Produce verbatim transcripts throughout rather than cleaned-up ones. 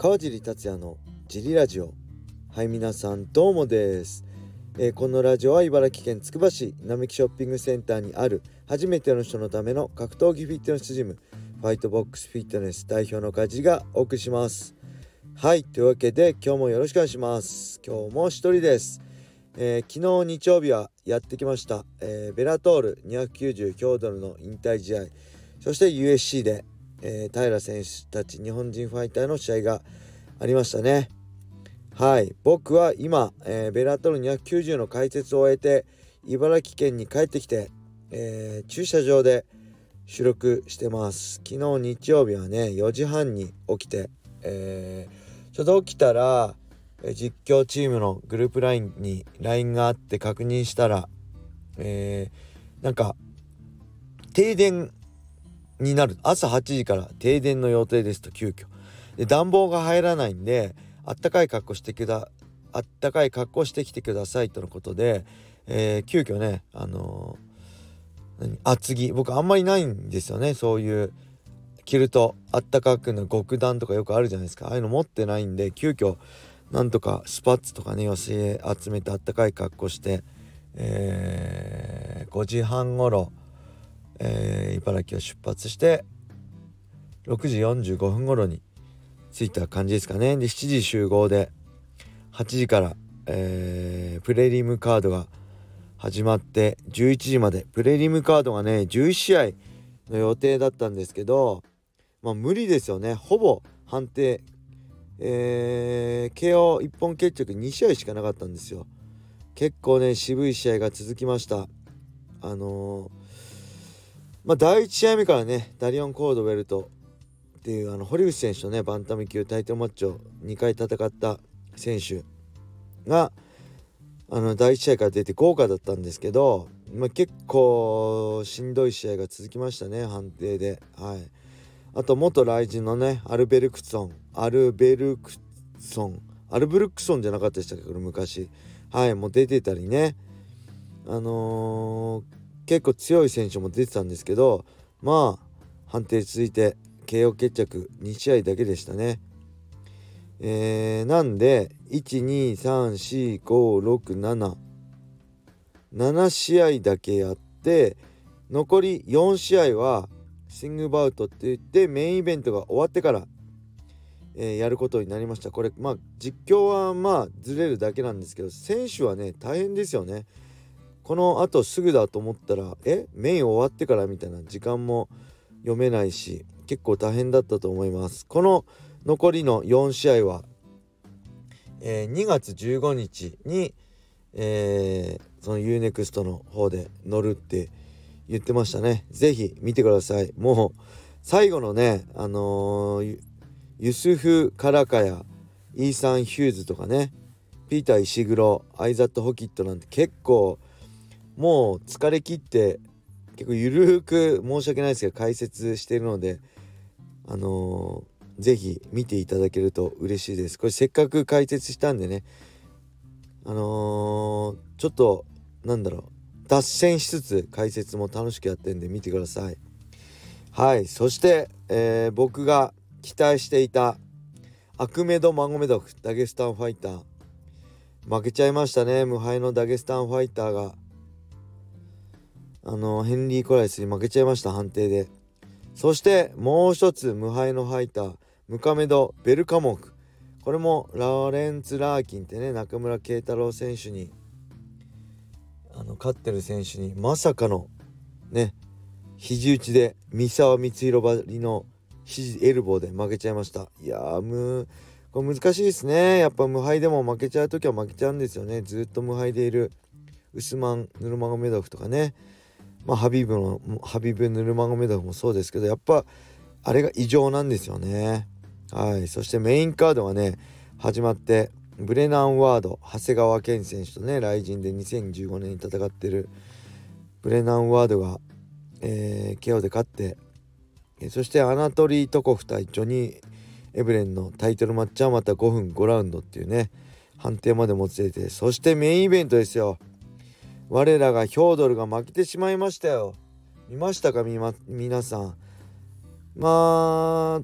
川尻達也のジリラジオ。はい、皆さんどうもです、えー、このラジオは茨城県つくば市並木ショッピングセンターにある初めての人のための格闘技フィットネスジム、ファイトボックスフィットネス代表の川尻がお送りします。はい、というわけで今日もよろしくお願いします。今日も一人です。えー、昨日日曜日はやってきました、えー、ベラトールにひゃくきゅうじゅう強ドルの引退試合、そして ユーエフシー で、えー、平選手たち日本人ファイターの試合がありましたね。はい、僕は今、えー、ベラトールにひゃくきゅうじゅうの解説を終えて茨城県に帰ってきて、えー、駐車場で収録してます。昨日日曜日はねよじはんに起きて、えー、ちょっと起きたら実況チームのグループ ライン に ライン があって確認したら、えー、なんか停電になる、朝はちじから停電の予定ですと。急遽で暖房が入らないんであったかい格好してくだあったかい格好してきてくださいとのことで、えー、急遽ねあのー、何厚着、僕あんまりないんですよね。そういう着るとあったかくな極暖とかよくあるじゃないですか。ああいうの持ってないんで急遽なんとかスパッツとかね寄せ集めてあったかい格好して、えー、ごじはん頃、えー、茨城を出発してろくじよんじゅうごふん頃に着いた感じですかね。でしちじ集合ではちじから、えー、プレリムカードが始まってじゅういちじまで、プレリムカードがねじゅういち試合の予定だったんですけど、まあ無理ですよね。ほぼ判定、えー、ケーオー 一本決着に試合しかなかったんですよ。結構ね渋い試合が続きました。あのー、まあだいいち試合目からねダリオン・コードウェルトっていうあの堀口選手とねバンタム級タイトルマッチをにかい戦った選手があのだいいち試合から出て豪華だったんですけど、まあ、結構しんどい試合が続きましたね、判定で。はい、あと元ライジンのねアルベルクソンアルベルクソンアルブルックソンじゃなかったでしたっけ、これ昔。はい、もう出てたりね、あのー、結構強い選手も出てたんですけど、まあ判定続いて ケーオー 決着に試合だけでしたね。えー、なんでいちにさんしごろくなななな試合だけやって、残りよん試合はシングバウトって言ってメインイベントが終わってから、えー、やることになりました。これまあ実況はまあずれるだけなんですけど、選手はね大変ですよね。このあとすぐだと思ったらえメイン終わってからみたいな、時間も読めないし結構大変だったと思います。この残りのよん試合は、えー、にがつじゅうごにちに、えー、その ユーネクスト の方で乗るって言ってましたね。ぜひ見てください。もう最後のねあのー、ユスフ・カラカヤ、イーサン・ヒューズとかね、ピーター・イシグロ、アイザット・ホキットなんて結構もう疲れ切って結構ゆるーく申し訳ないですけど解説しているので、あのー、ぜひ見ていただけると嬉しいです。これせっかく解説したんでね、あのー、ちょっとなんだろう脱線しつつ解説も楽しくやってるんで見てください。はい、そして、えー、僕が期待していたアクメド・マゴメドフダゲスタンファイター負けちゃいましたね。無敗のダゲスタンファイターがあのヘンリー・コライスに負けちゃいました、判定で。そしてもう一つ無敗のファイタームカメド・ベルカモフ、これもラレンツ・ラーキンってね中村慶太郎選手にあの勝ってる選手にまさかのね肘打ちで三沢光弘ばりの肘エルボーで負けちゃいました。いやーむこれ難しいですね。やっぱ無敗でも負けちゃうときは負けちゃうんですよね。ずっと無敗でいるウスマン・ヌルマゴメドフとかね、まあハビブのハビブ・ヌルマゴメドフもそうですけど、やっぱあれが異常なんですよね。はい、そしてメインカードがね始まって、ブレナン・ワード長谷川健選手とねライジンでにせんじゅうごねんに戦ってるブレナン・ワードが、えー、ケーオー で勝って、そしてアナトリー・トコフ対ジョニー・エブレンのタイトルマッチはまたごふんごラウンドっていうね判定までもつれて、そしてメインイベントですよ。我らがヒョードルが負けてしまいましたよ。見ましたかみ、ま、皆さん。まあ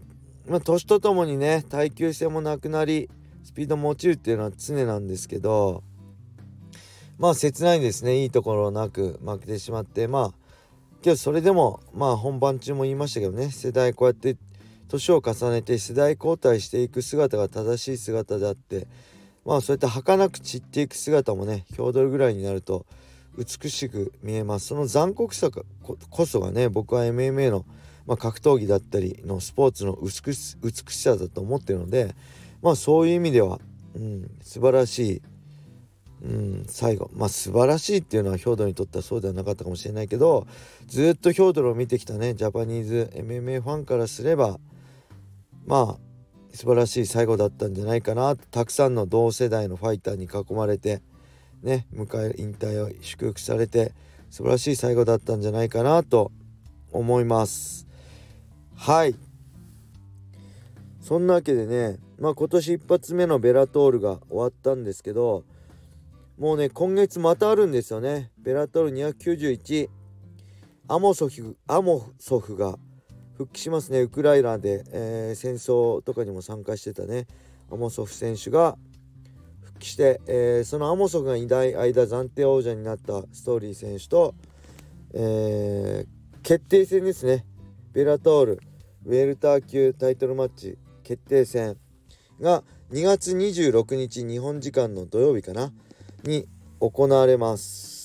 まあ年とともにね耐久性もなくなりスピードも落ちるっていうのは常なんですけど、まあ切ないですね。いいところなく負けてしまって、まあけどそれでもまあ本番中も言いましたけどね、世代こうやって年を重ねて世代交代していく姿が正しい姿であって、まあそういった儚く散っていく姿もねヒョードルぐらいになると美しく見えます。その残酷さこそがね、僕は エムエムエー の、まあ、格闘技だったりのスポーツの美し、美しさだと思っているので、まあそういう意味では、うん、素晴らしい、うん、最後まあ素晴らしいっていうのはヒョードルにとってはそうではなかったかもしれないけど、ずっとヒョードルを見てきたねジャパニーズ エムエムエー ファンからすればまあ素晴らしい最後だったんじゃないかな。たくさんの同世代のファイターに囲まれてね迎え引退を祝福されて素晴らしい最後だったんじゃないかなと思います。はい、そんなわけでね、まあ今年一発目のベラトールが終わったんですけど、もうね今月またあるんですよね。ベラトールにひゃくきゅうじゅういち、アモソフアモソフが復帰しますね。ウクライナで、えー、戦争とかにも参加してたねアモソフ選手が復帰して、えー、そのアモソフがいない間暫定王者になったストーリー選手と、えー、決定戦ですね。ベラトールウェルター級タイトルマッチ決定戦がにがつにじゅうろくにち日本時間の土曜日かなに行われます。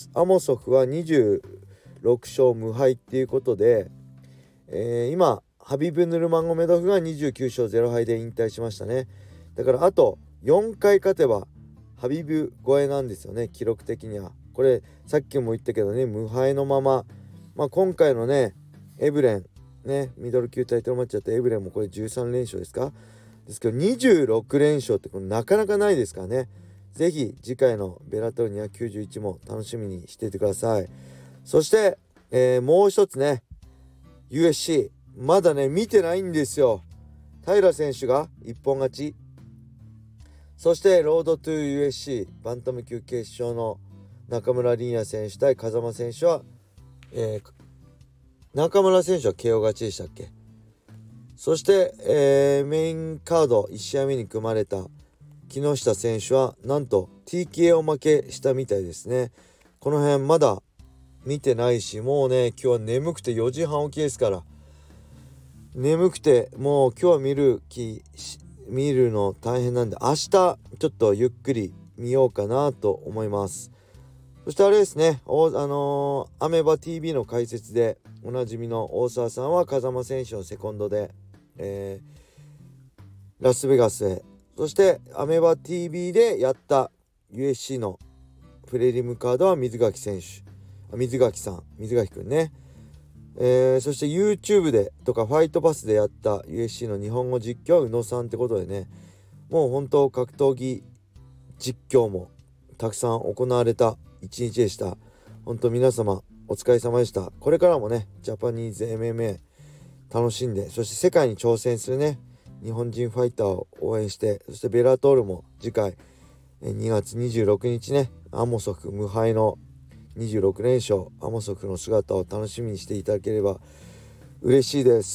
アモソフはにじゅうろくしょう無敗っていうことで、えー、今ハビブ・ヌルマンゴメドフがにじゅうきゅうしょうゼロはいで引退しましたね。だからあとよんかい勝てばハビブ超えなんですよね、記録的には。これさっきも言ったけどね、無敗のまま、まあ、今回のねエブレンねミドル級タイトルマッチだったエブレンもこれじゅうさんれんしょうですかですけどにじゅうろくれんしょうってこれなかなかないですからね。ぜひ次回のベラトールにひゃくきゅうじゅういちも楽しみにしていてください。そして、えー、もう一つね ユーエフシー まだね見てないんですよ。平選手が一本勝ち、そしてロードトゥ ユーエフシー バンタム級決勝の中村凛也選手対風間選手は、えー、中村選手は ケーオー 勝ちでしたっけ。そして、えー、メインカードいち試合目に組まれた木下選手はなんと ティーケーオー 負けしたみたいですね。この辺まだ見てないし、もうね今日は眠くてよじはん起きですから、眠くてもう今日は見る気見るの大変なんで、明日ちょっとゆっくり見ようかなと思います。そしてあれですね、おあのー、アメバ ティービー の解説でおなじみの大沢さんは風間選手のセコンドで、えー、ラスベガスへ、そしてアメバ ティービー でやった ユーエフシー のプレリムカードは水垣選手、水垣さん水垣くんね、えー、そして YouTube でとかファイトパスでやった ユーエフシー の日本語実況は宇野さんってことでね、もう本当格闘技実況もたくさん行われた一日でした。本当皆様お疲れ様でした。これからもねジャパニーズ エムエムエー 楽しんで、そして世界に挑戦するね日本人ファイターを応援して、そしてベラトールも次回にがつにじゅうろくにちねアモソフ無敗のにじゅうろくれんしょうアモソフの姿を楽しみにしていただければ嬉しいです。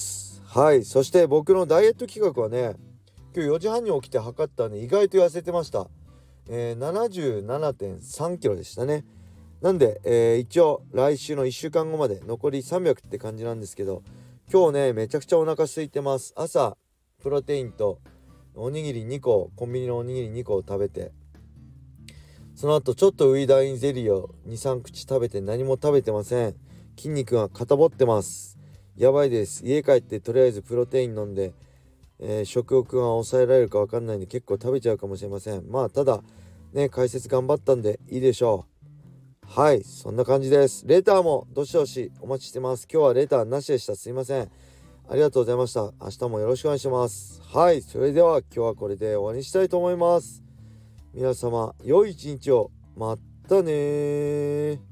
はい、そして僕のダイエット企画はね、今日よじはんに起きて測ったらね意外と痩せてました。えー、ななじゅうななてんさんキロでしたね。なんで、えー、一応来週のいっしゅうかんごまで残りさんびゃくって感じなんですけど、今日ねめちゃくちゃお腹空いてます。朝プロテインとおにぎりにこ、コンビニのおにぎりにこを食べて、その後ちょっとウイダインゼリーを にさんくち食べて何も食べてません。筋肉が固ぼってます。やばいです。家帰ってとりあえずプロテイン飲んで、えー、食欲が抑えられるか分かんないんで結構食べちゃうかもしれません。まあただね解説頑張ったんでいいでしょう。はい、そんな感じです。レターもどしどしお待ちしてます。今日はレターなしでした。すいません。ありがとうございました。明日もよろしくお願いします。はい、それでは今日はこれで終わりにしたいと思います。皆様良い一日を。またねー。